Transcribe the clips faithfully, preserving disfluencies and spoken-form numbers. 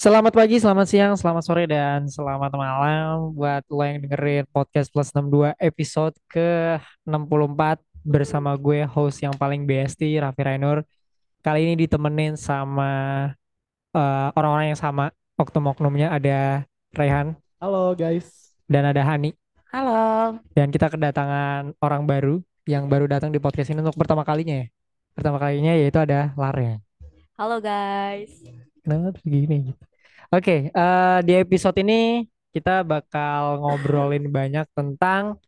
Selamat pagi, selamat siang, selamat sore, dan selamat malam buat lo yang dengerin podcast Plus enam puluh dua episode ke enam puluh empat bersama gue host yang paling besti Raffi Rainur. Kali ini ditemenin sama eh, orang-orang yang sama oknum-oknumnya, ada Rehan Halo guys. dan ada Hani. Halo. Dan kita kedatangan orang baru yang baru datang di podcast ini untuk pertama kalinya ya. Pertama kalinya yaitu ada Lare. Halo guys. Kenapa begini gitu? Oke, eh, di episode ini kita bakal ngobrolin banyak tentang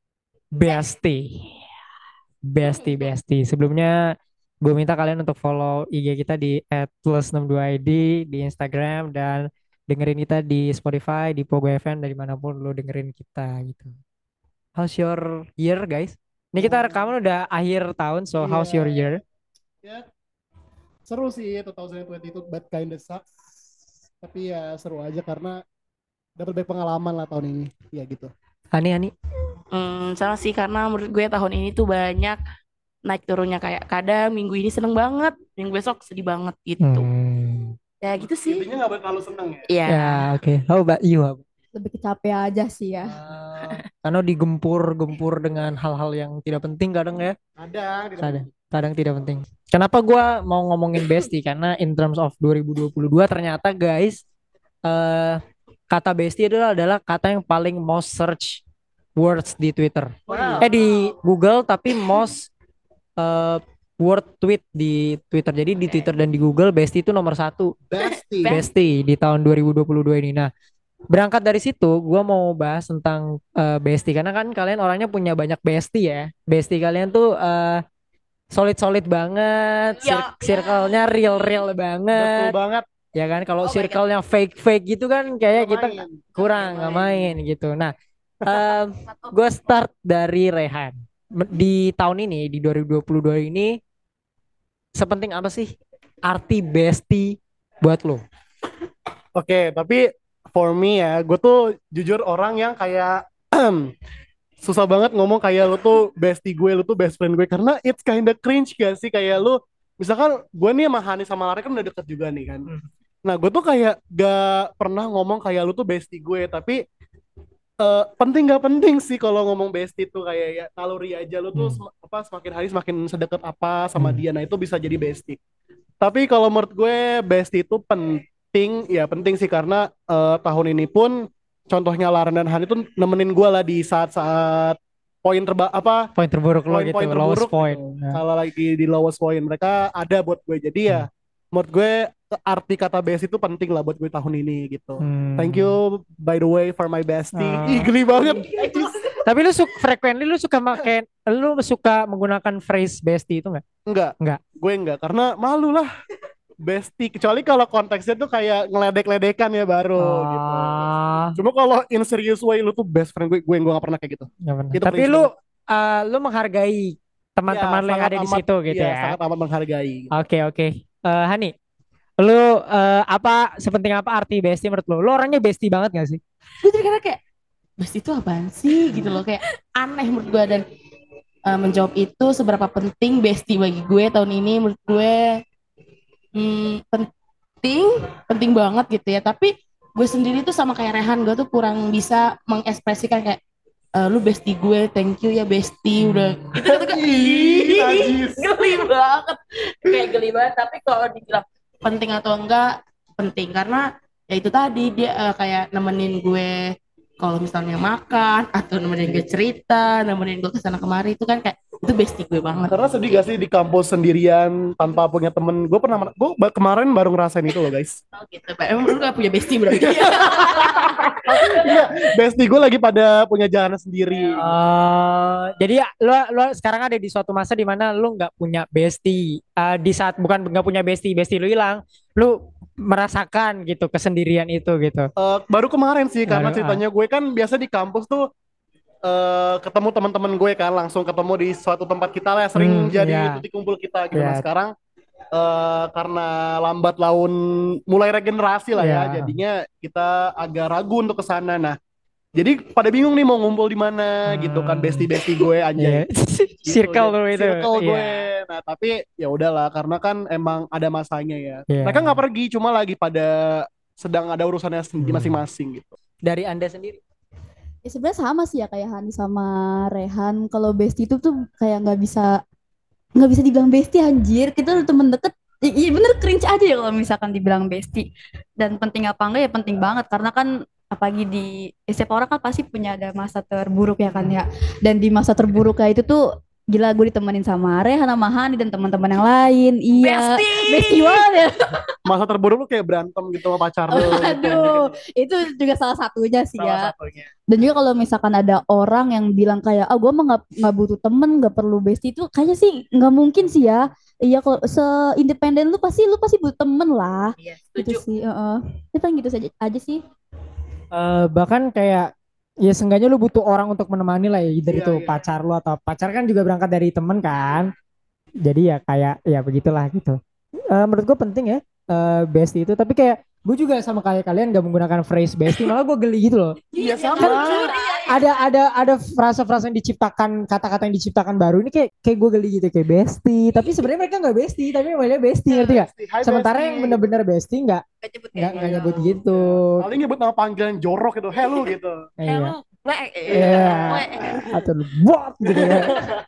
bestie, bestie, bestie. Sebelumnya gue minta kalian untuk follow I G kita di at plus enam dua i d di Instagram dan dengerin kita di Spotify, di Pogo F M, dari manapun lo dengerin kita gitu. How's your year, guys? Ini kita Ya, rekaman udah akhir tahun, so how's your iya. year? Ya, seru sih dua ribu dua puluh itu but kinda sucks. Tapi ya seru aja karena dapat banyak pengalaman lah tahun ini. Ya gitu. Ani, Ani. Hmm, sama sih karena menurut gue tahun ini tuh banyak naik turunnya, kayak kadang minggu ini seneng banget, minggu besok sedih banget gitu. Hmm. Ya gitu sih. Intinya nggak boleh terlalu seneng ya. Iya. Ya, oke. How about you? Lebih kecapean aja sih ya. Eh, karena digempur-gempur dengan hal-hal yang tidak penting kadang ya. Kadang tidak Kadang, penting. kadang tidak penting. Kenapa gua mau ngomongin bestie? Karena in terms of dua ribu dua puluh dua ternyata guys, eh kata bestie adalah adalah kata yang paling most search words di Twitter. Wow. Eh di Google, tapi most eh, word tweet di Twitter. Jadi di Twitter dan di Google bestie itu nomor satu. Bestie. Bestie di tahun dua ribu dua puluh dua ini. Nah, berangkat dari situ, gue mau bahas tentang eh, bestie karena kan kalian orangnya punya banyak bestie ya. Bestie kalian tuh eh, solid-solid banget, Ya. cir- circle-nya real-real Betul banget, banget. ya kan? Kalau Oh my God. circle-nya fake-fake gitu kan, kayak Nggak kita main. kurang Nggak nggak main. main gitu. Nah, gue start dari Rehan. M- Di tahun ini, di dua ribu dua puluh dua ini, sepenting apa sih arti bestie buat lo? Oke, tapi for me ya, gue tuh jujur orang yang kayak susah banget ngomong kayak lu tuh bestie gue, lu tuh best friend gue karena it's kinda cringe gak sih kayak lu misalkan gue nih sama Hani sama Lari kan udah deket juga nih kan. Nah gue tuh kayak gak pernah ngomong kayak lu tuh bestie gue tapi eh, penting gak penting sih kalau ngomong bestie tuh kayak ya naluri aja lu tuh Hmm. sem- apa semakin hari semakin sedekat apa sama Hmm. dia, nah itu bisa jadi bestie. Tapi kalau menurut gue bestie itu penting, ya penting sih karena eh, tahun ini pun contohnya Laren dan Han itu nemenin gue lah di saat-saat poin terba apa Poin terburuk lo gitu, poin-poin lowest terburuk point. gitu. Nah. Kalau lagi di lowest point mereka ada buat gue. Jadi ya Hmm. menurut gue arti kata bestie itu penting lah buat gue tahun ini gitu. Thank Hmm. you by the way for my bestie. Ah. Ih geli banget. Tapi lu suka frequently lu suka make lu suka menggunakan phrase bestie itu nggak? Enggak, Nggak. gue enggak karena malu lah. Bestie kecuali kalau konteksnya tuh kayak ngeledek-ledekan ya baru gitu. Ah, Cuma kalau in serious way lu tuh best friend gue, gue gue gak pernah kayak gitu. nggak pernah. Itu Tapi cringe lu banget. eh, lu menghargai Ya, teman-teman lu yang sangat ada di amat, situ gitu ya ya. sangat amat menghargai. Gitu. Oke, oke. Eh, Hani, lu eh, apa sepenting apa arti bestie menurut lu? Lu orangnya bestie banget gak sih? Gue jadi karena kayak best itu apaan sih gitu loh, kayak aneh menurut gue. Dan eh, menjawab itu seberapa penting bestie bagi gue tahun ini, menurut gue hmm, penting, penting banget gitu ya. Tapi gue sendiri tuh sama kayak Rehan, gue tuh kurang bisa mengekspresikan kayak "Eh, lu bestie gue, thank you ya bestie udah gitu gitu kan." Ih, najis. Geli banget, kayak geli banget. Tapi kalau dibilang penting atau enggak, penting karena ya itu tadi dia eh, kayak nemenin gue kalau misalnya makan atau nemenin gue cerita, nemenin gue kesana kemari, itu kan kayak itu bestie gue banget. Karena sedih gak sih di kampus sendirian tanpa punya temen. Gue pernah, gue ba- kemarin baru ngerasain itu loh guys. Oh gitu, Pak. Emang lu gak punya bestie berarti? Iya, bestie gue lagi pada punya jalan sendiri. Eh, jadi ya, lu lu sekarang ada di suatu masa di mana lu nggak punya bestie. Eh, di saat bukan nggak punya bestie, bestie lu hilang, lu merasakan gitu kesendirian itu gitu. Eh, baru kemarin sih karena Baru, ah. ceritanya gue kan biasa di kampus tuh eh, ketemu teman-teman gue kan langsung ketemu di suatu tempat kita lah sering Hmm, jadi ya, titik kumpul kita gitu. Nah ya, sekarang eh, karena lambat laun mulai regenerasi lah ya, ya. jadinya kita agak ragu untuk ke sana. Nah, jadi pada bingung nih mau ngumpul di mana gitu kan, Hmm, bestie-bestie gue ya. anjay. Gitu Circle jadi lu itu, circle ya, gue. Nah, tapi ya udahlah karena kan emang ada masanya ya. Mereka ya. nggak pergi, cuma lagi pada sedang ada urusannya sendiri Hmm. masing-masing gitu. Dari Anda sendiri? Ya sebenarnya sama sih ya kayak Hani sama Rehan. Kalau bestie itu tuh kayak nggak bisa nggak bisa dibilang bestie anjir. Kita udah temen deket. I- Iya bener cringe aja ya kalau misalkan dibilang bestie. Dan penting apa enggak ya penting banget karena kan apalagi di ya setiap orang kan pasti punya ada masa terburuk ya kan ya. Dan di masa terburuk kayak itu tuh gila gue ditemenin sama Rehan sama Hani dan teman-teman yang lain. Iya, bestie banget ya. Masa terburuk lu kayak berantem gitu sama pacar lu gitu mungkin Aduh, itu juga salah satunya sih salah ya. satunya. Dan juga kalau misalkan ada orang yang bilang kayak, ah gue mah nggak nggak butuh temen, nggak perlu bestie itu kayaknya sih nggak mungkin sih ya. Iya kalau se-independen lu pasti lu pasti butuh temen lah. Iya, Gitu setuju. sih. Heeh. Itu kan gitu saja aja sih. Eh, bahkan kayak ya seenggaknya lu butuh orang untuk menemani lah ya, either Iya, itu iya. pacar lu atau pacar kan juga berangkat dari temen kan. Jadi ya kayak ya begitulah gitu. Eh, menurut gue penting ya eh, bestie itu, tapi kayak gue juga sama kayak kalian gak menggunakan phrase bestie, malah gue geli gitu loh. Iya sama. Kan ada ada ada frasa-frasa yang diciptakan, kata-kata yang diciptakan baru ini kayak kayak gue geli gitu kayak bestie, tapi sebenarnya mereka nggak bestie, tapi namanya bestie, ngerti gak? Hai, Sementara bestie. yang bener-bener bestie nggak Gak nyebut nggak kayak nggak gitu. nyebut gitu. Paling nyebut nama panggilan jorok gitu, hello gitu. Iya. Hello, weh, Iya. weh. Atau bot gitu ya.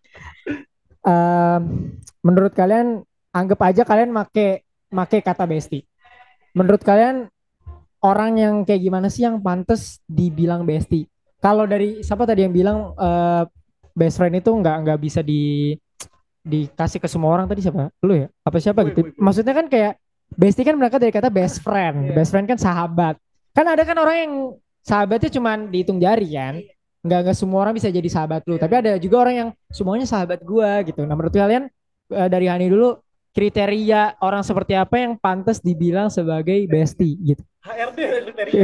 Em, menurut kalian anggap aja kalian make make kata bestie. Menurut kalian orang yang kayak gimana sih yang pantas dibilang bestie? Kalau dari siapa tadi yang bilang eh, best friend itu nggak nggak bisa di dikasih ke semua orang, tadi siapa? Lu ya? Apa siapa Gue, gitu? gue, gue. Maksudnya kan kayak bestie kan berangkat dari kata best friend. Iya. Best friend kan sahabat. Kan ada kan orang yang sahabatnya cuman dihitung jari kan. Nggak nggak semua orang bisa jadi sahabat lu. Iya. Tapi ada juga orang yang semuanya sahabat gua gitu. Nah menurut kalian eh, dari Hani dulu, kriteria orang seperti apa yang pantas dibilang sebagai bestie gitu? H R D kriteria.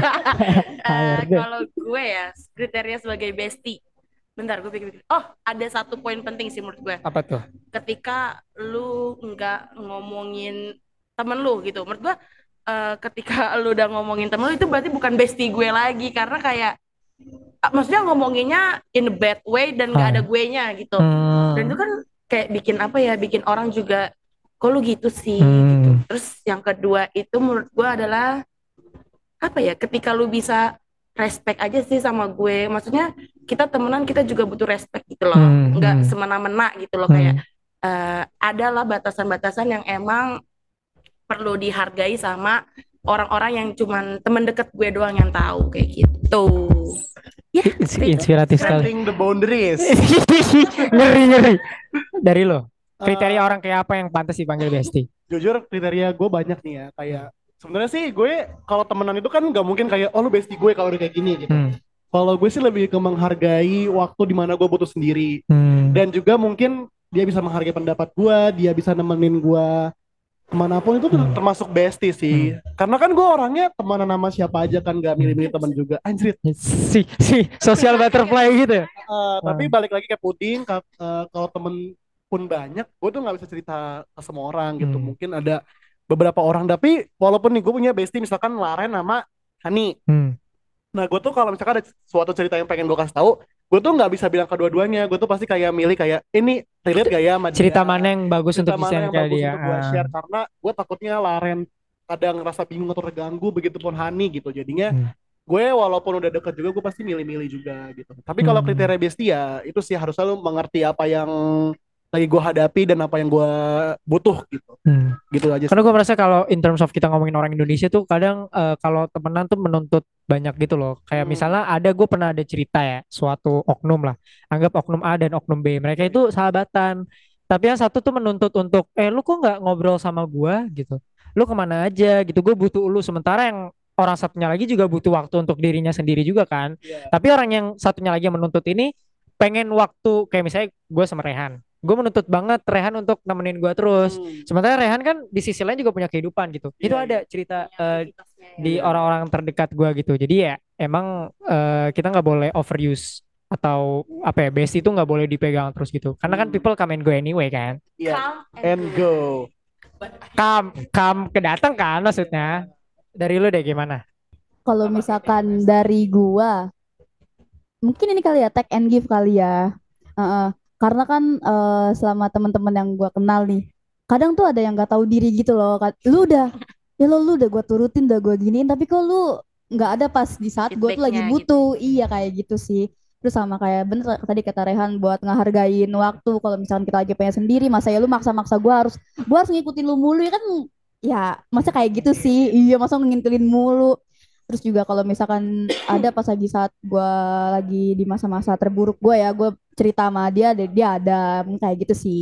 Eh, H R D. kalau gue ya kriteria sebagai bestie. Bentar, gue pikir-pikir. Oh, ada satu poin penting sih menurut gue. Apa tuh? Ketika lu nggak ngomongin temen lu gitu. Menurut gue eh, ketika lu udah ngomongin temen lu itu berarti bukan bestie gue lagi karena kayak ah, maksudnya ngomonginnya in a bad way dan nggak ada Ah. gue-nya gitu. Hmm. Dan itu kan kayak bikin apa ya? Bikin orang juga kok lu gitu sih Hmm. gitu. Terus yang kedua itu menurut gue adalah apa ya? Ketika lu bisa respect aja sih sama gue. Maksudnya kita temenan kita juga butuh respect gitu loh. Hmm, Nggak hmm. semena-mena gitu loh Hmm. kayak eh, adalah batasan-batasan yang emang perlu dihargai sama orang-orang yang cuman temen deket gue doang yang tahu kayak gitu. Ya, Ins- itu. Inspiratif sekali. Setting the boundaries. Ngeri ngeri. Dari lo, kriteria Eh, orang kayak apa yang pantas dipanggil bestie? Jujur kriteria gue banyak nih ya, kayak sebenarnya sih gue kalau temenan itu kan nggak mungkin kayak oh lu bestie gue kalau udah kayak gini gitu. Hmm. Kalau gue sih lebih ke menghargai waktu di mana gue butuh sendiri, Hmm. dan juga mungkin dia bisa menghargai pendapat gue, dia bisa nemenin gue kemanapun, itu Hmm. termasuk bestie sih. Karena kan gue orangnya temenan sama siapa aja kan, gak milih-milih teman juga. Anjir. Si si social butterfly gitu. Eh, tapi balik lagi ke puding, ka- eh, kalau temen pun banyak, gue tuh nggak bisa cerita ke semua orang gitu. Hmm. Mungkin ada beberapa orang, tapi walaupun nih gue punya bestie misalkan Laren sama Hani. Hmm. Nah gue tuh kalau misalkan ada suatu cerita yang pengen gue kasih tahu, gue tuh nggak bisa bilang kedua-duanya. Gue tuh pasti kayak milih kayak ini relate gak ya sama dia? Cerita mana yang bagus Cerita untuk mana yang di-share ke bagus dia? untuk gue Ah. share, karena gue takutnya Laren kadang ngerasa bingung atau terganggu, begitupun Hani gitu. Jadinya Hmm. gue walaupun udah deket juga gue pasti milih-milih juga gitu. Tapi kalau Hmm. kriteria bestie ya itu sih harus selalu mengerti apa yang lagi gue hadapi dan apa yang gue butuh gitu. Hmm. Gitu aja sih. Karena gue merasa kalau in terms of kita ngomongin orang Indonesia tuh kadang eh, kalau temenan tuh menuntut banyak gitu loh. Kayak Hmm. misalnya ada gue pernah ada cerita ya, suatu oknum lah. Anggap oknum A dan oknum B. Mereka itu sahabatan. Tapi yang satu tuh menuntut untuk, eh lu kok nggak ngobrol sama gue gitu. Lu kemana aja gitu. Gue butuh lu. Sementara yang orang satunya lagi juga butuh waktu untuk dirinya sendiri juga kan. Iya. Tapi orang yang satunya lagi yang menuntut ini pengen waktu, kayak misalnya gue sama Rehan. Gue menuntut banget Rehan untuk nemenin gue terus. Hmm. Sementara Rehan kan di sisi lain juga punya kehidupan gitu. Iya, Itu iya. ada cerita eh, di Iya. orang-orang terdekat gue gitu. Jadi ya emang eh, kita nggak boleh overuse atau apa ya, bestie itu nggak boleh dipegang terus gitu. Karena kan Hmm. people come and go anyway kan. Iya. Come And go. Come come kedatang kan maksudnya. Dari lu deh gimana? Kalau misalkan dari gua, mungkin ini kali ya take and give kali ya. Heeh. Karena kan eh, selama teman-teman yang gua kenal nih, kadang tuh ada yang nggak tahu diri gitu loh. Kad- Lu udah ya lo lu udah gue turutin, udah gue giniin, tapi kok lu nggak ada pas di saat gue tuh lagi Feedbacknya gitu. butuh. Iya kayak gitu sih. Terus sama kayak bener tadi kata Rehan buat ngehargain waktu. Kalau misalkan kita lagi pengen sendiri, masa ya lu maksa-maksa gue harus gue harus ngikutin lu mulu ya kan? Ya masa kayak gitu sih. Iya masa ngintilin mulu. Terus juga kalau misalkan ada pas lagi saat gue lagi di masa-masa terburuk gue ya, gue cerita sama dia, dia dia ada. Mungkin kayak gitu sih.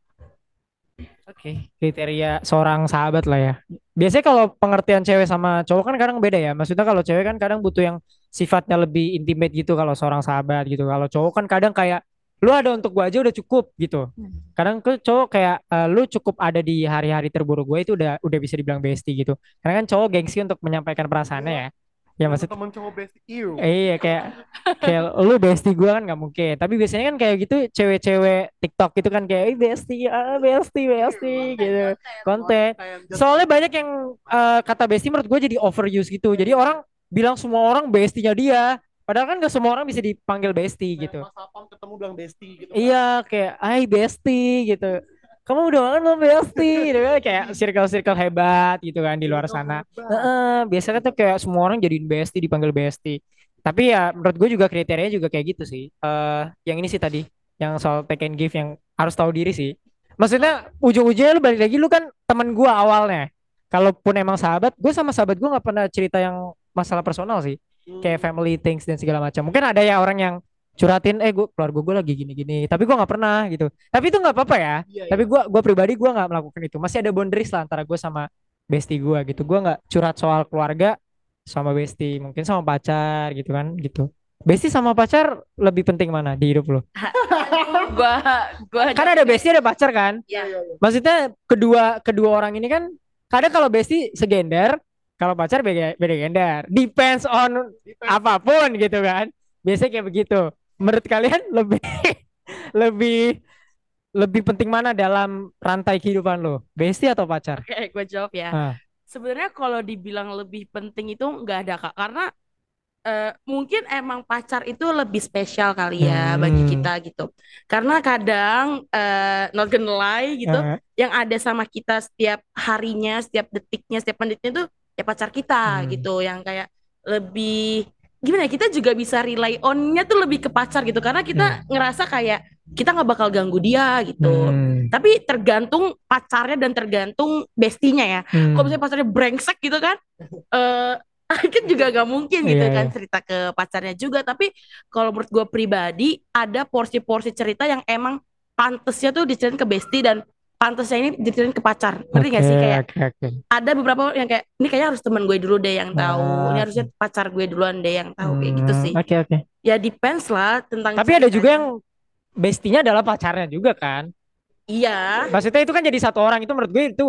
Oke, kriteria seorang sahabat lah ya. Biasanya kalau pengertian cewek sama cowok kan kadang beda ya. Maksudnya kalau cewek kan kadang butuh yang sifatnya lebih intimate gitu kalau seorang sahabat gitu. Kalau cowok kan kadang kayak lu ada untuk gua aja udah cukup gitu. Kadang ke cowok kayak eh, lu cukup ada di hari-hari terburuk gue itu udah udah bisa dibilang bestie gitu. Karena kan cowok gengsi untuk menyampaikan perasaannya ya. Ya Sama maksud temen cowok best you. eh, iya kayak kayak lu bestie gue kan nggak mungkin. Tapi biasanya kan kayak gitu cewek-cewek TikTok itu kan kayak "Ih, bestie, ah, bestie, bestie gitu. Konten. Soalnya banyak yang eh, kata bestie menurut gue jadi overuse gitu. Jadi orang bilang semua orang bestinya dia. Padahal kan gak semua orang bisa dipanggil bestie Kayak gitu. pas sapam ketemu bilang bestie gitu kan. Iya kayak, hai bestie gitu. Kamu udah kan lo bestie gitu kan. Kayak circle-circle hebat gitu kan di luar Circle sana. hebat. Heeh, biasanya tuh kayak semua orang jadiin bestie dipanggil bestie. Tapi ya menurut gue juga kriterianya juga kayak gitu sih. Eh, yang ini sih tadi, yang soal take and give yang harus tahu diri sih. Maksudnya ujung-ujungnya lu balik lagi lu kan teman gue awalnya. Kalaupun emang sahabat, gue sama sahabat gue nggak pernah cerita yang masalah personal sih. Kayak Hmm. family things dan segala macam. Mungkin ada ya orang yang curhatin eh gue keluarga gue lagi gini-gini tapi gue nggak pernah gitu tapi itu nggak apa-apa ya Iya tapi iya. gue gue pribadi gue nggak melakukan itu masih ada boundaries lah antara gue sama bestie gue gitu gue nggak curhat soal keluarga sama bestie mungkin sama pacar gitu kan gitu bestie sama pacar lebih penting mana di hidup lo Gua gua kan ada bestie ada pacar kan Iya ya iya. Iya. maksudnya kedua kedua orang ini kan kadang kalau bestie segender kalau pacar beda beda gender depends on Depends. apapun gitu kan biasanya kayak begitu menurut kalian lebih lebih lebih penting mana dalam rantai kehidupan lo? Bestie atau pacar? Oke, gue jawab ya. Ah. Sebenarnya kalau dibilang lebih penting itu nggak ada Kak, karena eh, mungkin emang pacar itu lebih spesial kali ya bagi Hmm. kita gitu. Karena kadang eh, not gonna lie gitu, Ah. yang ada sama kita setiap harinya, setiap detiknya, setiap menitnya itu ya pacar kita Hmm. gitu, yang kayak lebih gimana ya, kita juga bisa rely on-nya tuh lebih ke pacar gitu, karena kita Hmm. ngerasa kayak kita nggak bakal ganggu dia gitu. Hmm. Tapi tergantung pacarnya dan tergantung bestinya ya. Kalau Hmm. misalnya pacarnya brengsek gitu kan, eh kan juga gak mungkin gitu Iya, kan iya. cerita ke pacarnya juga. Tapi kalau menurut gue pribadi ada porsi-porsi cerita yang emang pantesnya tuh diceritain ke bestie dan pantesnya ini diceritain ke pacar. Ngerti Oke, gak sih? Kayak oke, oke. ada beberapa yang kayak ini kayaknya harus teman gue dulu deh yang tahu. Ini Ah, harusnya pacar gue duluan deh yang tahu, kayak gitu hmm, sih. oke, oke. Ya depends lah tentang Tapi ada juga yang ceritanya. bestinya adalah pacarnya juga kan? Iya, Maksudnya itu kan jadi satu orang itu menurut gue itu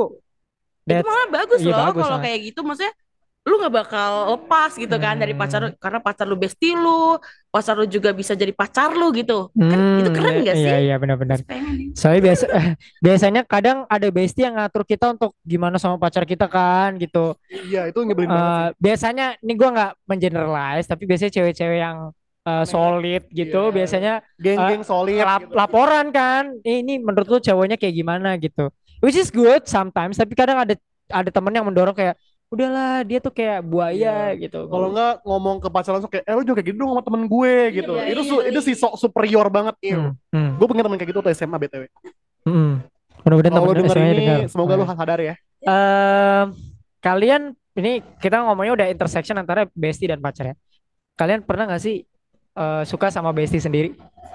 itu that's malah bagus iya loh bagus kalau lah. kayak gitu. Maksudnya lu nggak bakal lepas gitu kan dari pacar lu, Hmm. karena pacar lu bestie lu, pacar lu juga bisa jadi pacar lu gitu kan, itu Hmm, keren ya- gak iya sih? iya benar-benar. Terus pengen nih. Soalnya biasa biasanya kadang ada bestie yang ngatur kita untuk gimana sama pacar kita kan gitu. Iya itu nyebelin banget sih. Eh biasanya ini gua nggak mengeneralize tapi biasanya cewek-cewek yang eh, solid gitu Iya. biasanya eh, Geng-geng solid lap- gitu. laporan kan "Eh, ini menurut lu cowoknya kayak gimana gitu which is good sometimes tapi kadang ada ada temen yang mendorong kayak udahlah dia tuh kayak buaya Iya. gitu. Kalau nggak ngomong ke pacar langsung kayak, eh lu juga kayak gitu dong sama temen gue gitu. Iya, Itu iya, su- itu iya. sih sok superior banget. Hmm, Ew. hmm, Gue punya temen kayak gitu tuh S M A B T W. hmm. Mudah-mudahan Kalau lu temen denger semuanya ini, dengar. semoga lu Nah. sadar ya. Ehm, kalian ini kita ngomongnya udah intersection antara bestie dan pacar ya. Kalian pernah nggak sih eh, suka sama bestie sendiri?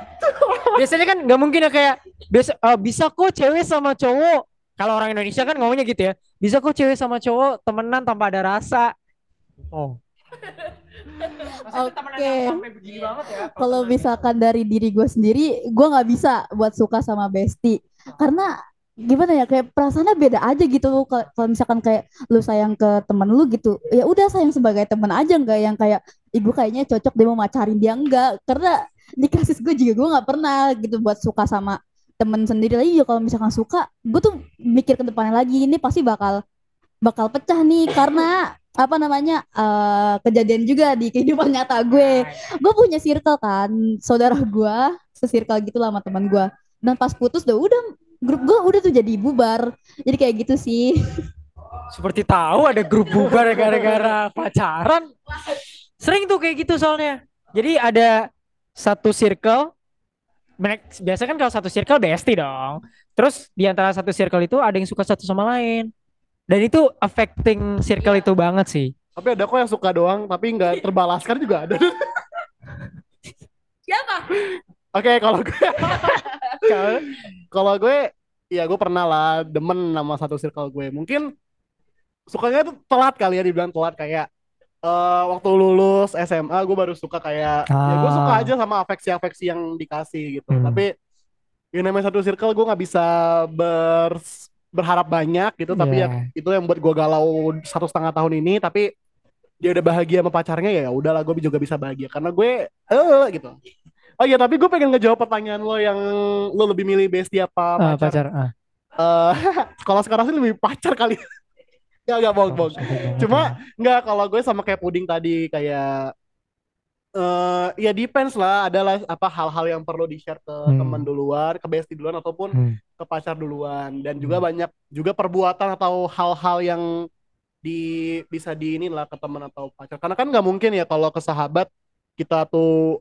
Biasanya kan nggak mungkin ya kayak biasa eh, bisa kok cewek sama cowok. Kalau orang Indonesia kan ngomongnya gitu ya. Bisa kok cewek sama cowok temenan tanpa ada rasa. Oh. Oke. Kalau misalkan dari diri gue sendiri, gue nggak bisa buat suka sama bestie karena gimana ya, kayak perasaannya beda aja gitu. Kalau kalau misalkan kayak lu sayang ke temen lu gitu, ya udah sayang sebagai temen aja, nggak yang kayak ibu kayaknya cocok dia mau macarin dia, enggak. Karena di kasus gue juga gue nggak pernah gitu buat suka sama temen sendiri lagi. Ya kalau misalkan suka, gue tuh mikir ke depannya lagi, ini pasti bakal bakal pecah nih karena apa namanya, eh, kejadian juga di kehidupan nyata gue. Gue punya circle kan, saudara gue sesirkel gitu lah sama teman gue. Dan pas putus udah udah grup gue udah tuh jadi bubar. Jadi kayak gitu sih. Seperti tahu ada grup bubar gara-gara pacaran. Sering tuh kayak gitu soalnya. Jadi ada satu circle, mereka- biasa kan kalau satu circle bestie dong. Terus di antara satu circle itu ada yang suka satu sama lain. Dan itu affecting circle itu banget sih. Tapi ada kok yang suka doang, tapi nggak terbalaskan juga ada. Siapa? Oke, kalau gue, Kalau kalau gue, ya gue pernah lah demen sama satu circle gue. Mungkin sukanya tuh telat kali ya, dibilang telat kayak eh, waktu lulus S M A gue baru suka kayak ya gue suka ah, aja sama afeksi-afeksi yang dikasih gitu. hmm, Tapi yang namanya satu circle gue nggak bisa ber berharap banyak gitu. Tapi ya ya. itu yang buat gue galau satu setengah tahun ini. Tapi dia udah bahagia sama pacarnya ya udahlah gue juga bisa bahagia karena gue eh gitu. Oh iya tapi gue pengen ngejawab pertanyaan lo yang lo lebih milih bestie apa Ah, pacar. pacar. Ah. Eh kalau sekarang sih lebih pacar kali. Gak gak bohong Oh, bohong. sakit banget Cuma ya. nggak kalau gue sama kayak puding tadi kayak eh ya depends lah adalah apa hal-hal yang perlu di share ke teman Hmm, duluan, ke bestie duluan ataupun hmm, ke pacar duluan dan juga hmm. banyak juga perbuatan atau hal-hal yang di bisa di inilah ke teman atau pacar karena kan nggak mungkin ya kalau ke sahabat kita tuh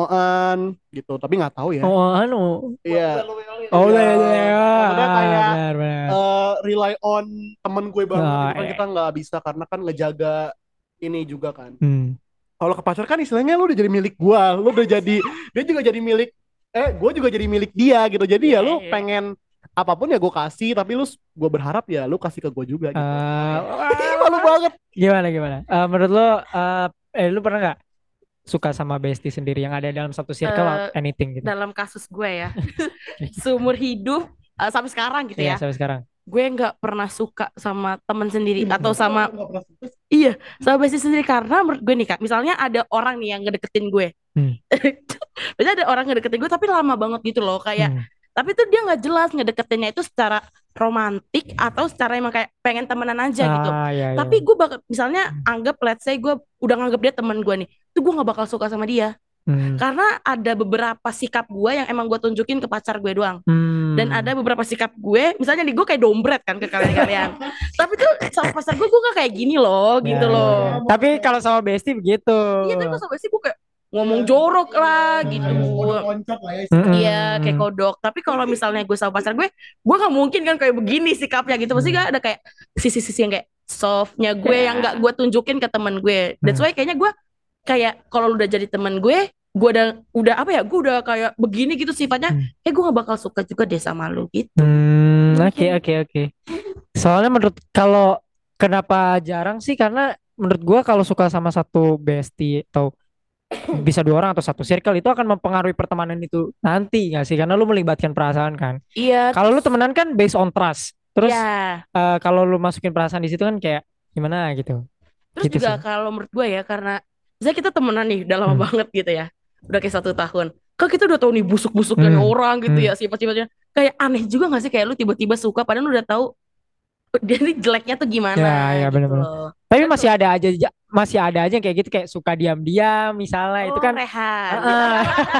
eh gitu tapi nggak tahu ya Oh, anu. iya Oh, iya iya, iya, iya. maksudnya Ah, kayak benar, benar. eh, rely on temen gue banget Ah, gitu kan eh. kita nggak bisa karena kan ngejaga ini juga kan Hmm. kalau ke pacar kan istilahnya lu udah jadi milik gue lu udah jadi dia juga jadi milik eh gue juga jadi milik dia gitu jadi ya Iya, lu iya. pengen apapun ya gue kasih tapi lu gue berharap ya lu kasih ke gue juga gitu Ah, Ih, malu banget gimana, gimana? Eh, menurut lo, eh, eh, lu pernah nggak suka sama bestie sendiri yang ada dalam satu circle Eh, atau anything gitu? dalam kasus gue ya, seumur hidup eh, sampai sekarang gitu Iya, ya, sampai sekarang. gue nggak pernah suka sama temen sendiri atau Nggak sama pernah suka. iya sama bestie sendiri karena menurut gue nih kak, misalnya ada orang nih yang ngedeketin gue, Hmm, biasanya ada orang ngedeketin gue tapi lama banget gitu loh kayak, hmm. tapi tuh dia nggak jelas ngedeketinnya itu secara romantik atau secara emang kayak pengen temenan aja gitu. Ah, iya, iya. Tapi gue bakal misalnya anggap let's say gue udah nganggap dia temen gue nih, tuh gue nggak bakal suka sama dia Hmm, karena ada beberapa sikap gue yang emang gue tunjukin ke pacar gue doang. Dan hmm. ada beberapa sikap gue, misalnya nih gue kayak dompret kan ke kalian-kalian. Tapi tuh sama pacar gue, gue gak kayak gini loh, Ya, gitu ya, loh. ya. Tapi kalau sama bestie begitu. Iya, tapi pas sama sih gue kayak ngomong jorok lah gitu. Udah loncat lah ya Mm-mm. Iya, kayak kodok. Tapi kalau misalnya gue sama pacar gue, gue gak mungkin kan kayak begini sikapnya gitu. Pasti gak ada kayak sisi-sisi yang kayak softnya gue yang gak gue tunjukin ke temen gue. That's why kayaknya gue kayak kalau lu udah jadi temen gue, gue udah udah apa ya, gue udah kayak begini gitu sifatnya, Hmm. kayak gue gak bakal suka juga deh sama lu gitu. Hmm, oke, Mungkin. oke, oke. Soalnya menurut kalau kenapa jarang sih karena menurut gua kalau suka sama satu bestie atau bisa dua orang atau satu circle itu akan mempengaruhi pertemanan itu nanti nggak sih? Karena lu melibatkan perasaan kan. Iya, Kalau lu terus temenan kan based on trust. Terus ya, eh, kalau lu masukin perasaan di situ kan kayak gimana gitu. terus Gitu juga sih. kalau menurut gue ya karena misalnya kita temenan nih udah lama Hmm. banget gitu ya, udah kayak satu tahun. Kok kita udah tahu nih busuk-busuk dari Hmm. orang gitu Hmm. ya sifat-sifatnya. Kayak aneh juga gak sih kayak lu tiba-tiba suka padahal lu udah tahu dia nih jeleknya tuh gimana Ya, ya gitu benar-benar. loh. Tapi Kan masih tuh, ada aja masih ada aja yang kayak gitu kayak suka diam-diam misalnya itu oh kan Rehan. ah,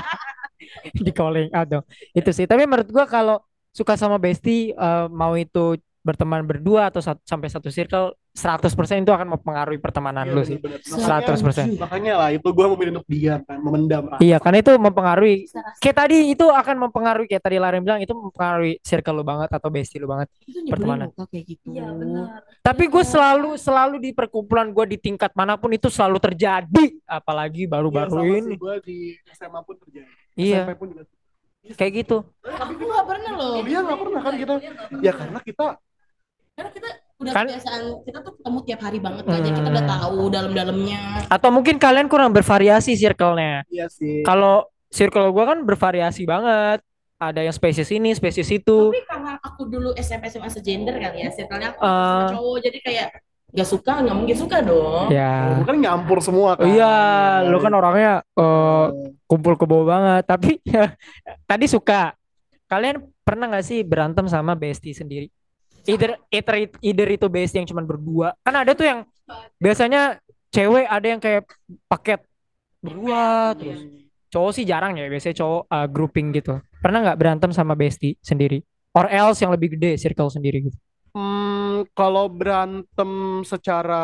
di calling out dong. Itu sih. Tapi menurut gua kalau suka sama bestie eh, mau itu berteman berdua atau sat- sampai satu circle seratus persen itu akan mempengaruhi pertemanan Iya lu sih. bener-bener. seratus persen. Makanya lah itu gue memilih untuk diam kan, memendam rasa. Iya, karena itu mempengaruhi Bisa rasa. kayak tadi itu akan mempengaruhi kayak tadi Laren bilang itu mempengaruhi circle lu banget atau bestie lu banget. Itu nyebelin Pertemanan. loh Kak, kayak gitu. Iya benar. Tapi gue selalu selalu di perkumpulan gue di tingkat manapun itu selalu terjadi, apalagi Iya, baru-baru sama ini. sih gue di S M A pun terjadi. Iya. S M P pun juga. Kayak gitu. Aku gak pernah loh. Kuliah nggak pernah kan kita? Ya karena kita Karena kita udah Kan- kebiasaan, kita tuh ketemu tiap hari banget kan. Jadi kita udah Hmm. tahu dalam-dalamnya. Atau mungkin kalian kurang bervariasi circle-nya. iya sih. Kalau circle gue kan bervariasi banget. Ada yang spesies ini, spesies itu. Tapi karena aku dulu S M P S M A segender kali ya, circle-nya aku Eh. sama cowok, jadi kayak gak suka, gak mungkin suka dong. Ya. Lu kan nyampur semua kan. Iya, lu kan orangnya eh, kumpul kebo banget. Tapi tadi suka. Kalian pernah nggak sih berantem sama bestie sendiri? Either, either, either itu bestie yang cuma berdua. Kan ada tuh yang biasanya cewek ada yang kayak paket berdua terus. Cowok sih jarang ya, biasanya cowok uh, grouping gitu. Pernah nggak berantem sama bestie sendiri? Or else yang lebih gede circle sendiri gitu. Hmm, kalau berantem secara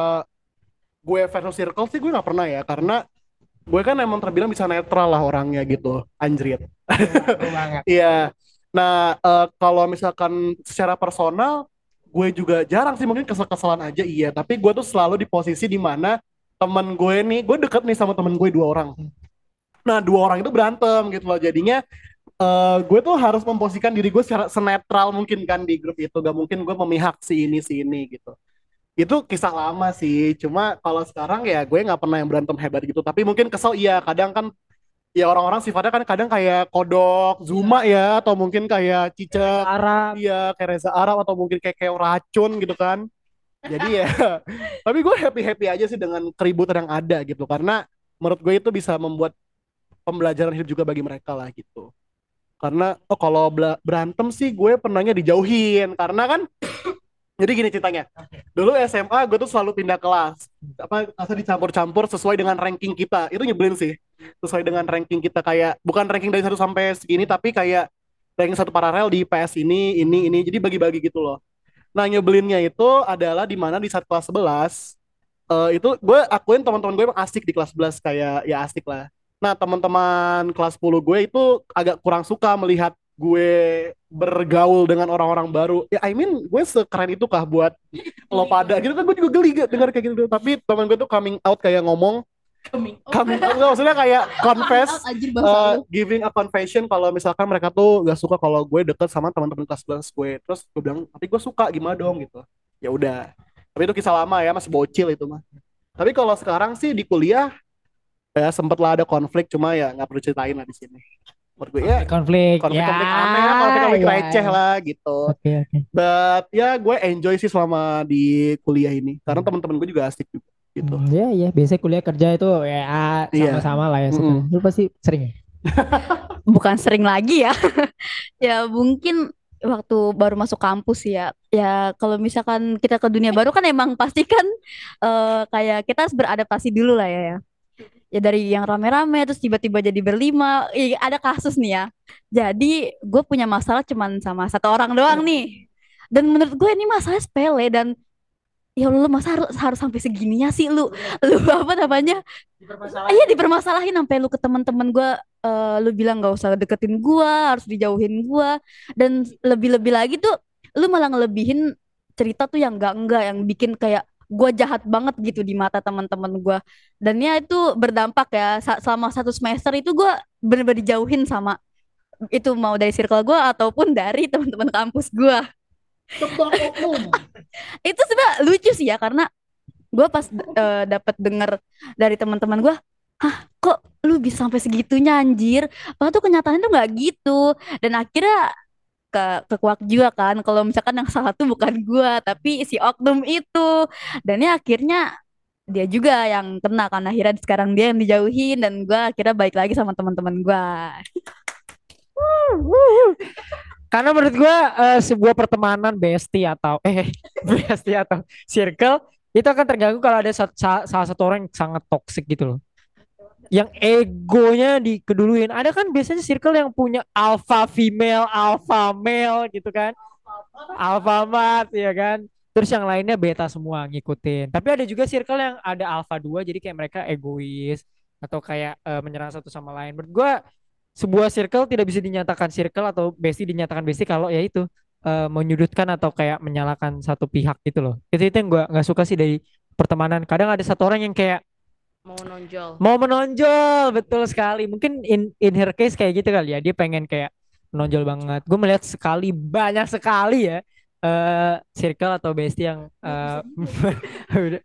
gue versus circle sih gue nggak pernah ya, karena gue kan emang terbilang bisa netral lah orangnya gitu, anjrit. Betul banget. Iya. Nah, eh, kalau misalkan secara personal, gue juga jarang sih, mungkin kesel-keselan aja iya. Tapi gue tuh selalu di posisi di mana temen gue nih, gue deket nih sama temen gue dua orang. Nah, dua orang itu berantem gitu loh. Jadinya eh, gue tuh harus memposisikan diri gue secara senetral mungkin kan di grup itu. Gak mungkin gue memihak si ini si ini gitu. Itu kisah lama sih. Cuma kalau sekarang ya gue nggak pernah yang berantem hebat gitu. Tapi mungkin kesel iya. Kadang kan ya orang-orang sifatnya kan kadang kayak kodok, Zuma ya, atau mungkin kayak cicak, Arab. iya kayak Reza Arab, atau mungkin kayak kayak racun gitu kan. Jadi ya, tapi gue happy-happy aja sih dengan keributan yang ada gitu. Karena menurut gue itu bisa membuat pembelajaran hidup juga bagi mereka lah gitu. Karena oh, kalau bela- berantem sih gue pernahnya dijauhin. Karena kan jadi gini ceritanya. Dulu S M A gue tuh selalu pindah kelas. Apa kelasnya dicampur-campur sesuai dengan ranking kita. Itu nyebelin sih. Sesuai dengan ranking kita, kayak bukan ranking dari satu sampai segini, tapi kayak ranking satu paralel di P S ini, ini, ini. Jadi bagi-bagi gitu loh. Nah, nyebelinnya itu adalah di mana di saat kelas sebelas eh, itu gue akuin teman-teman gue emang asik di kelas sebelas, kayak ya asik lah. Nah, teman-teman kelas sepuluh gue itu agak kurang suka melihat gue bergaul dengan orang-orang baru. Ya, I mean, gue sekeren itu kah buat lo pada gitu kan, gue juga geli gak dengar kayak gitu. Tapi teman gue tuh coming out, kayak ngomong Coming out. coming out nggak, maksudnya kayak confess, Out, anjir bahasa uh, lu. giving a confession kalau misalkan mereka tuh gak suka kalau gue deket sama teman-teman kelas sebelas gue. Terus gue bilang, tapi gue suka, gimana dong gitu. Ya udah. Tapi itu kisah lama ya, masih bocil itu mah. Tapi kalau sekarang sih di kuliah ya sempet lah ada konflik, cuma ya nggak perlu ceritain lah di sini. Menurut gue ya Konflik. Ya. konflik-konflik aneh lah, konflik-konflik Ya. receh lah gitu. Oke, oke. But ya gue enjoy sih selama di kuliah ini, karena teman-teman gue juga asik juga gitu. Hmm, ya, ya. Biasanya kuliah kerja itu ya Iya. sama-sama lah ya. Mm-mm. Lu pasti sering ya? Bukan sering lagi ya. Ya mungkin waktu baru masuk kampus ya. Ya kalau misalkan kita ke dunia baru kan emang pasti kan eh, kayak kita harus beradaptasi dulu lah ya. Ya Ya dari yang rame-rame terus tiba-tiba jadi berlima. Ih, ada kasus nih ya. Jadi gue punya masalah cuman sama satu orang doang nih. Dan menurut gue ini masalah sepele dan ya Allah, lu masa harus harus sampai segininya sih lu lu apa namanya, iya dipermasalahin sampai lu ke teman-teman gue, eh, lu bilang gak usah deketin gue, harus dijauhin gue, dan lebih-lebih lagi tuh lu malah ngelebihin cerita tuh yang enggak-enggak, yang bikin kayak gue jahat banget gitu di mata teman-teman gue. Dan ya itu berdampak ya, sa- selama satu semester itu gue bener-bener dijauhin sama itu, mau dari circle gue ataupun dari teman-teman kampus gue. Itu sebenarnya lucu sih ya, karena gue pas eh, dapat denger dari teman-teman gue, hah kok lu bisa sampai segitunya anjir, padahal tuh kenyataannya tuh nggak gitu. Dan akhirnya ke kekuak juga kan kalau misalkan yang salah tuh bukan gue tapi si oknum itu. Dan ya akhirnya dia juga yang kena kan, akhirnya sekarang dia yang dijauhin dan gue akhirnya baik lagi sama teman-teman gue. Karena menurut gua eh, sebuah pertemanan bestie atau eh bestie atau circle itu akan terganggu kalau ada sat- sa- salah satu orang yang sangat toxic gitu loh. Yang egonya dikeduluin. Ada kan biasanya circle yang punya alpha female, alpha male gitu kan. Alpha mat ya kan. Terus yang lainnya beta semua ngikutin. Tapi ada juga circle yang ada alpha dua, jadi kayak mereka egois atau kayak eh, menyerang satu sama lain. Menurut gua sebuah circle tidak bisa dinyatakan circle atau bestie dinyatakan bestie kalau ya itu eh, menyudutkan atau kayak menyalahkan satu pihak gitu loh. Itu itu yang gua nggak suka sih dari pertemanan. Kadang ada satu orang yang kayak Mau nonjol. mau menonjol, betul sekali. Mungkin in in her case kayak gitu kali ya. Dia pengen kayak menonjol banget. Gue melihat sekali banyak sekali ya eh circle atau bestie yang eh, udah-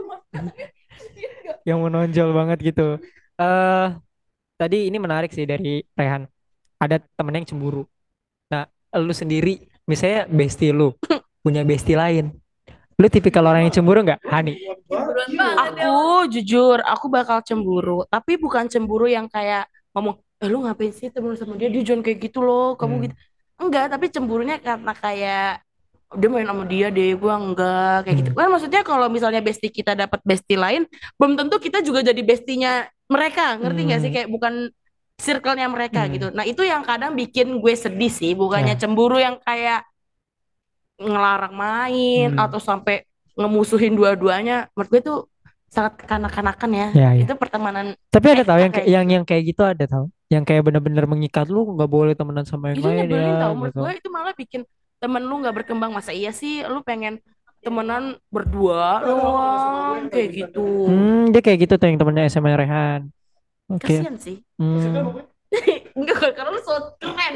yang menonjol banget gitu. Eh tadi ini menarik sih dari Rehan. Ada temen yang cemburu. Nah, lu sendiri misalnya bestie lu punya bestie lain. Lu tipikal orang yang cemburu nggak, Hani? Aku jujur, aku bakal cemburu. Tapi bukan cemburu yang kayak ngomong, eh lu ngapain sih temen sama dia, dia jangan kayak gitu loh, kamu Hmm. gitu. Enggak, tapi cemburunya karena kayak dia main sama dia deh, gua enggak kayak gitu. Hmm. Kan maksudnya kalau misalnya bestie kita dapat bestie lain, belum tentu kita juga jadi bestinya mereka, ngerti nggak sih? Hmm. Kayak bukan circle-nya mereka Hmm. gitu. Nah itu yang kadang bikin gue sedih sih, bukannya Ya. cemburu yang kayak ngelarang main Hmm. atau sampai ngemusuhin dua-duanya, menurut gue tuh sangat kekanak-kanakan ya. Ya, ya. Itu pertemanan Tapi ada eh tahu kita yang kayak kayak yang gitu. yang kayak gitu ada tahu. Yang kayak bener-bener mengikat lu nggak boleh temenan sama yang Itu lain nyebelin ya tau, menurut gitu. gue itu malah bikin temen lu nggak berkembang. Masa iya sih lu pengen temenan berdua doang kayak gitu. Hmm, dia kayak gitu tuh yang temennya S M A Rehan. Oke. Kasian sih. Hmm. Enggak, karena lu so keren.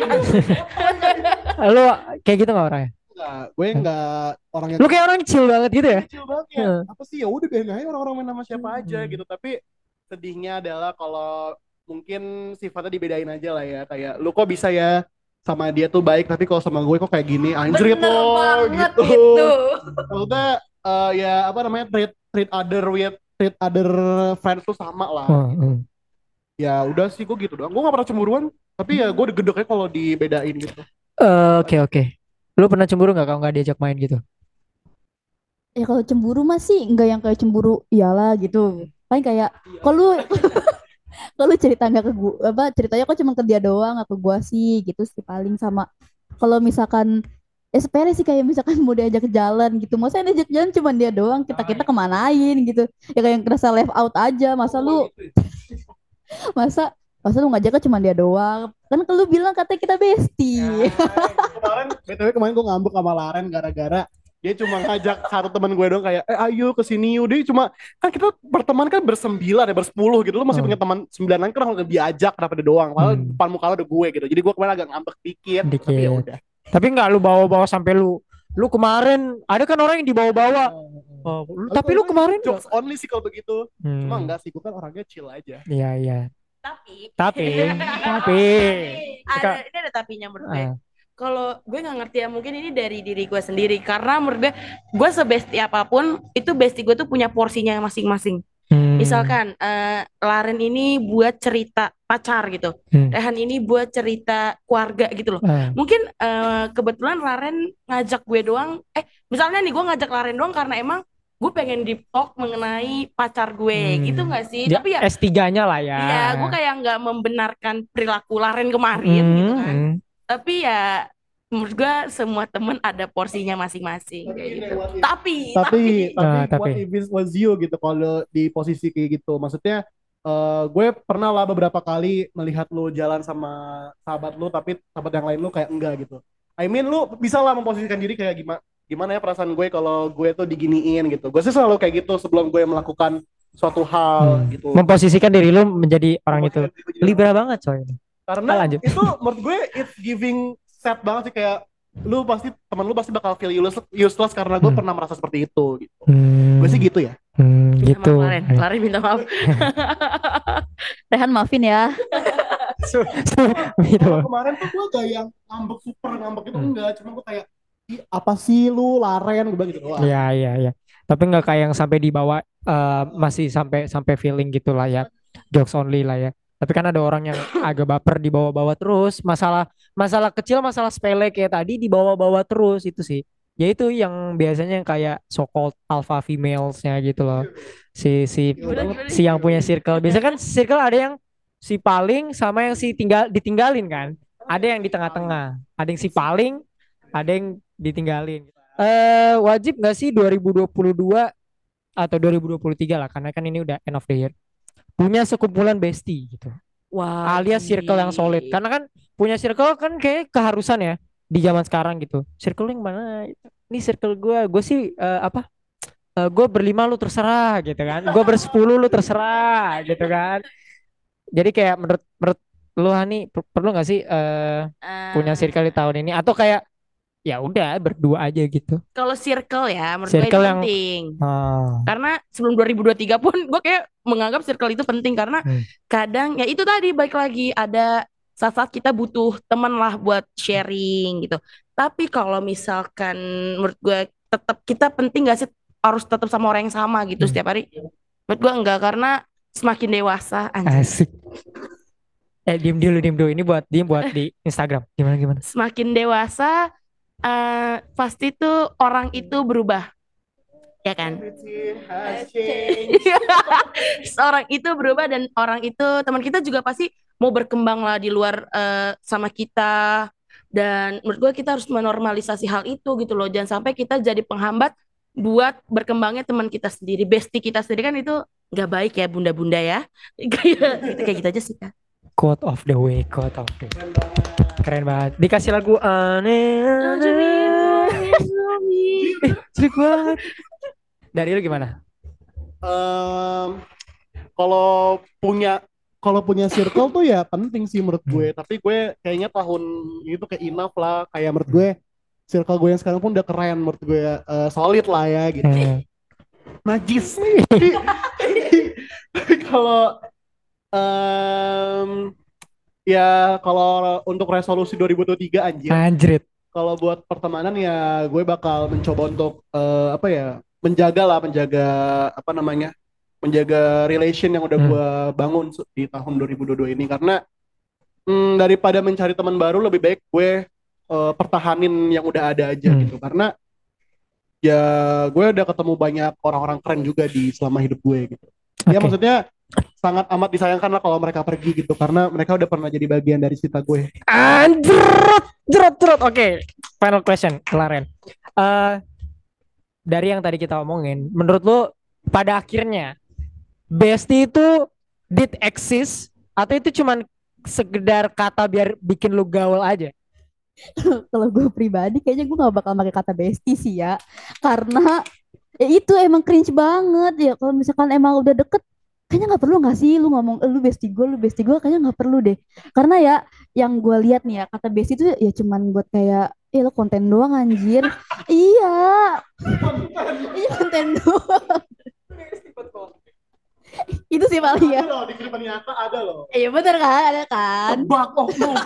Lu kayak gitu nggak orangnya? Enggak, gue enggak orang yang Lu kayak orang chill banget gitu ya? kecil banget ya. Heeh. Apa sih, ya udah biarin aja orang-orang main sama siapa aja Hmm. gitu. Tapi sedihnya adalah kalau mungkin sifatnya dibedain aja lah ya. Kayak lu kok bisa ya sama dia tuh baik, tapi kalau sama gue kok kayak gini, anjir Bener gitu banget gitu. itu. Maksudnya eh, ya apa namanya, treat treat other with treat other friends tuh sama lah. Oh, hmm. Ya udah sih gue gitu doang. Gue gak pernah cemburuan, tapi ya gue gedeknya kalau dibedain gitu. Eh, Oke oke. Lu pernah cemburu nggak kalau nggak diajak main gitu? Ya kalau cemburu mah sih nggak yang kayak cemburu iyalah gitu. Paling kayak kalau kalau cerita nggak ke gua apa ceritanya kok cuma ke dia doang nggak ke gua sih gitu sih paling sama kalau misalkan ya sepele sih kayak misalkan mau diajak ke jalan gitu masa yang diajak jalan cuma dia doang kita kita kemanain gitu ya kayak yang kerasa left out aja masa lu masa masa lu ngajaknya cuma dia doang kan kalau lu bilang katanya kita bestie. Kemarin, B T W kemarin gue ngambek sama Laren gara-gara dia cuma ngajak satu teman gue dong kayak, eh ayo kesini yuk. Dia cuma, kan kita berteman kan bersembilan ya, bersepuluh gitu. Lu masih Oh. punya teman sembilan lain kan orang diajak kenapa dia doang. Padahal Hmm. depan muka lu ada gue gitu. Jadi gue kemarin agak ngambek dikit, tapi ya Dikit. udah. Tapi nggak lu bawa-bawa sampai lu lu kemarin ada kan orang yang dibawa-bawa. Oh, lu- tapi lu kemarin nggak? jokes only sih kalau begitu. Cuma Hmm. enggak sih, gue kan orangnya chill aja. Iya iya. Tapi, Tapi tapi ada ini ada tapinya menurut gue. Ah. Kalau gue nggak ngerti ya, mungkin ini dari diri gue sendiri, karena menurut gue gue sebesti apapun itu bestie gue tuh punya porsinya masing-masing. Hmm. Misalkan eh, Laren ini buat cerita pacar gitu, Hmm. Rehan ini buat cerita keluarga gitu loh. Ah. Mungkin eh, kebetulan Laren ngajak gue doang, eh misalnya nih gue ngajak Laren doang karena emang gue pengen deep talk mengenai pacar gue, Hmm. gitu nggak sih? Ya, Tapi ya, S tiga-nya lah ya. iya gue kayak nggak membenarkan perilaku Laren kemarin gitu Hmm. kan. Hmm. Tapi ya menurut gue semua temen ada porsinya masing-masing kayak gitu. Tapi, Tapi, tapi, Ah, what tapi. if it was you gitu kalau di posisi kayak gitu. Maksudnya, eh, gue pernah lah beberapa kali melihat lu jalan sama sahabat lu, tapi sahabat yang lain lu kayak enggak gitu. I mean, lu bisa lah memposisikan diri kayak gimana, gimana ya perasaan gue kalau gue tuh diginiin gitu. Gue sih selalu kayak gitu sebelum gue melakukan suatu hal Hmm. gitu. Memposisikan diri lu menjadi orang itu. Memposisikan diri gue jadi Libra orang. banget coy. Ah, Karena lanjut. itu menurut gue it's giving sad banget sih, kayak lu pasti, teman lu pasti bakal feel useless, useless karena gue Hmm. pernah merasa seperti itu gitu. Hmm. Gue sih gitu ya. Hmm, minta gitu. maaf Laren, Laren minta maaf. Rehan maafin ya. Su- su- gitu. Kalau kemarin tuh gue gak yang ngambek, super ngambek itu Hmm. enggak, cuma gue kayak, "Ih, apa sih lu Laren," gue bilang gitu doang. Iya iya iya. Tapi nggak kayak yang sampai dibawa eh, masih sampai sampai feeling gitu lah ya. Jokes only lah ya. Tapi kan ada orang yang agak baper dibawa-bawa terus. Masalah masalah kecil, masalah sepele kayak tadi dibawa-bawa terus itu sih. Ya itu yang biasanya yang kayak so called alpha females-nya gitu loh. Si si Gimana, gimana? si yang punya circle. Biasanya kan circle ada yang si paling sama yang si tinggal ditinggalin kan. Ada yang di tengah-tengah. Ada yang si paling, ada yang ditinggalin. Eh wajib nggak sih dua ribu dua puluh dua atau dua ribu dua puluh tiga lah, karena kan ini udah end of the year, punya sekumpulan bestie gitu, Wah, alias circle yang solid, karena kan punya circle kan kayak keharusan ya di zaman sekarang gitu. Circle yang mana? Ini circle gue, gue sih eh, apa? Gue berlima lu terserah gitu kan, gue bersepuluh lu terserah gitu kan. Jadi kayak menurut menurut lu Hani per- perlu nggak sih eh, punya circle di tahun ini, atau kayak ya udah berdua aja gitu? kalau circle ya menurut gue itu Circle yang penting. ah, Karena sebelum dua ribu dua puluh tiga pun gue kayak menganggap circle itu penting, karena Hmm. kadang ya itu tadi baik lagi ada saat-saat kita butuh teman lah buat sharing gitu. Tapi kalau misalkan menurut gue tetap kita penting gak sih harus tetap sama orang yang sama gitu Hmm. setiap hari? Menurut gue enggak, karena semakin dewasa anjir, asik. Eh diem dulu diem dulu, ini buat diem buat di Instagram gimana gimana. semakin dewasa eh, pasti tuh orang itu berubah, ya kan? Everything has changed. Seorang itu berubah dan orang itu teman kita juga pasti mau berkembang lah di luar eh, sama kita, Dan menurut gue kita harus menormalisasi hal itu gitu loh. Jangan sampai kita jadi penghambat buat berkembangnya teman kita sendiri, bestie kita sendiri kan itu nggak baik ya bunda-bunda ya. Kayak kayak gitu aja sih Kak. Quote of the way, quote of the way. Keren banget. Dikasih lagu aneh. Eh, jelek banget. Dari lu gimana? Em, kalau punya kalau punya circle tuh ya penting sih menurut gue. Hmm. Tapi gue kayaknya tahun ini tuh kayak enough lah. Kayak menurut gue circle gue yang sekarang pun udah keren menurut gue, eh, solid lah ya gitu. Hmm. Najis. Tapi tapi kalau em, ya kalau untuk resolusi dua ribu dua puluh tiga anjir. Anjrit. Kalau buat pertemanan ya gue bakal mencoba untuk eh, apa ya menjaga lah menjaga apa namanya menjaga relation yang udah Hmm. gue bangun su- di tahun dua ribu dua puluh dua ini karena hmm, daripada mencari teman baru lebih baik gue eh, pertahanin yang udah ada aja Hmm. gitu karena ya gue udah ketemu banyak orang-orang keren juga di selama hidup gue gitu ya Oke. maksudnya sangat amat disayangkan lah kalau mereka pergi gitu karena mereka udah pernah jadi bagian dari cerita gue. Anjrot, jerot, jerot. Oke, final question, Laren. Eh, dari yang tadi kita omongin, menurut lu pada akhirnya bestie itu did exist atau itu cuman sekedar kata biar bikin lu gaul aja? Kalau gue pribadi kayaknya gue nggak bakal pakai kata bestie sih ya, karena ya itu emang cringe banget ya. Kalau misalkan emang udah deket, kayaknya nggak perlu nggak sih lu ngomong "Eh, lu bestie gue, lu bestie gue," kayaknya nggak perlu deh. Karena ya yang gue lihat nih ya kata bestie itu ya cuman buat kayak eh lo konten doang anjir. Iya, iya konten doang. Itu sih paling ya. Ada loh di kehidupan nyata ada loh. Iya bener kan, ada kan. Tebak oknum.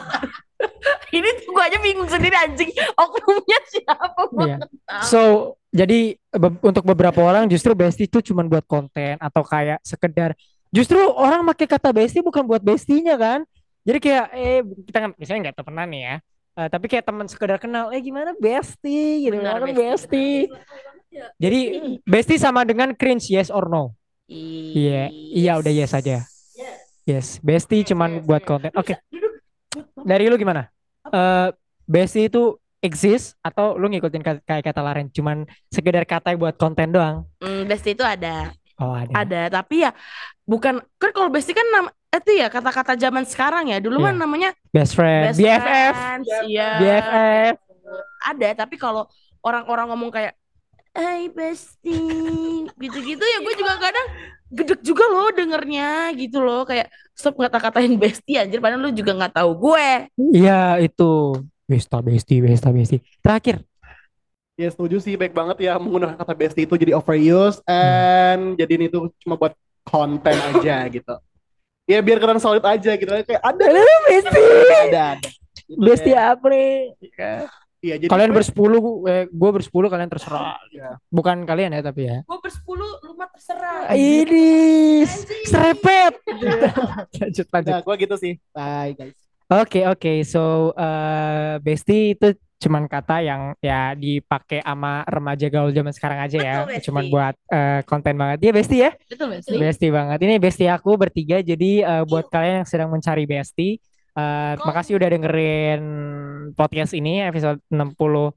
Ini tuh gue aja bingung sendiri anjing. Oknumnya siapa? Gua Iya. nggak tahu. So, jadi be- untuk beberapa orang justru bestie itu cuman buat konten atau kayak sekedar justru orang pakai kata bestie bukan buat bestinya kan. Jadi kayak eh kita kan misalnya nggak temenan nih ya. Eh, tapi kayak teman sekedar kenal, eh gimana bestie gitu Benar, kan bestie. bestie. Jadi bestie sama dengan cringe, yes or no? Iya, iya udah yes aja. Yes, bestie cuman buat konten. Oke. Dari lu gimana? Eh bestie itu exist atau lu ngikutin ka- kayak kata Laren cuman sekedar kata buat konten doang? Hmm, bestie itu ada. Oh, ada. Ada, tapi ya bukan kan kalau bestie kan nama itu ya kata-kata zaman sekarang ya. Dulu Iya. kan namanya Best friend, best B F F, friends, iya. B F F. Ada, tapi kalau orang-orang ngomong kayak "Hai bestie" gitu-gitu ya gue juga kadang gedek juga loh dengernya gitu loh kayak stop ngata-katain bestie anjir padahal lu juga nggak tahu gue. Iya itu. Besta bestie, besta bestie. Terakhir. Ya setuju sih baik banget ya menggunakan kata bestie itu jadi overuse and jadiin itu cuma buat konten aja gitu. Ya biar kalian solid aja gitu kayak ada Halo bestie. ada ada. Gitu Bestie ya. apa nih? Iya jadi Kalian gue- bersepuluh, eh, gue bersepuluh kalian terserah. ya. Bukan kalian ya tapi ya. Gue bersepuluh lu mah terserah. Ini Anjing. serepet. Lanjut lanjut. Nah, gue gitu sih. Bye guys. Oke oke, so eh bestie itu cuman kata yang ya dipakai sama remaja gaul zaman sekarang aja ya, Betul, bestie. cuman buat eh, konten banget. Dia bestie ya, Betul bestie. bestie banget. Ini bestie aku bertiga. Jadi eh, buat kalian yang sedang mencari bestie, eh, Kok- makasih udah dengerin podcast ini episode enam puluh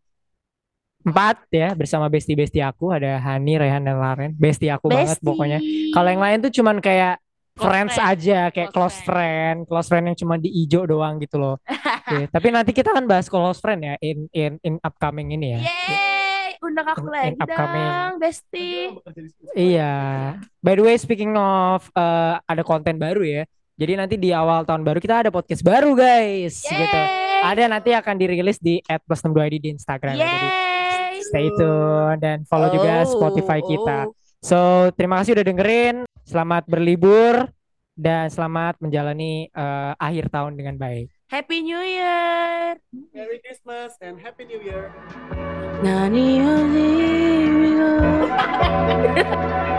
empat ya bersama bestie-bestie aku ada Hani, Rehan dan Laren. Bestie aku banget Bestie. pokoknya. Kalau yang lain tuh cuman kayak Close friends friend. aja, kayak Close close friend, close friend yang cuma di ijo doang gitu loh. Oke, tapi nanti kita akan bahas close friend ya in in in upcoming ini ya. Yeay, undang aku In- lagi in upcoming. dong, bestie. Iya. By the way, speaking of eh, ada konten baru ya. Jadi nanti di awal tahun baru kita ada podcast baru guys, gitu. Yeay. Ada nanti akan dirilis di at plus enam dua i d di Instagram ya. Jadi Yeay. stay tune dan follow juga Oh, Spotify kita. oh. So, terima kasih udah dengerin. Selamat berlibur dan selamat menjalani eh, akhir tahun dengan baik. Happy New Year. Merry Christmas and Happy New Year. Nani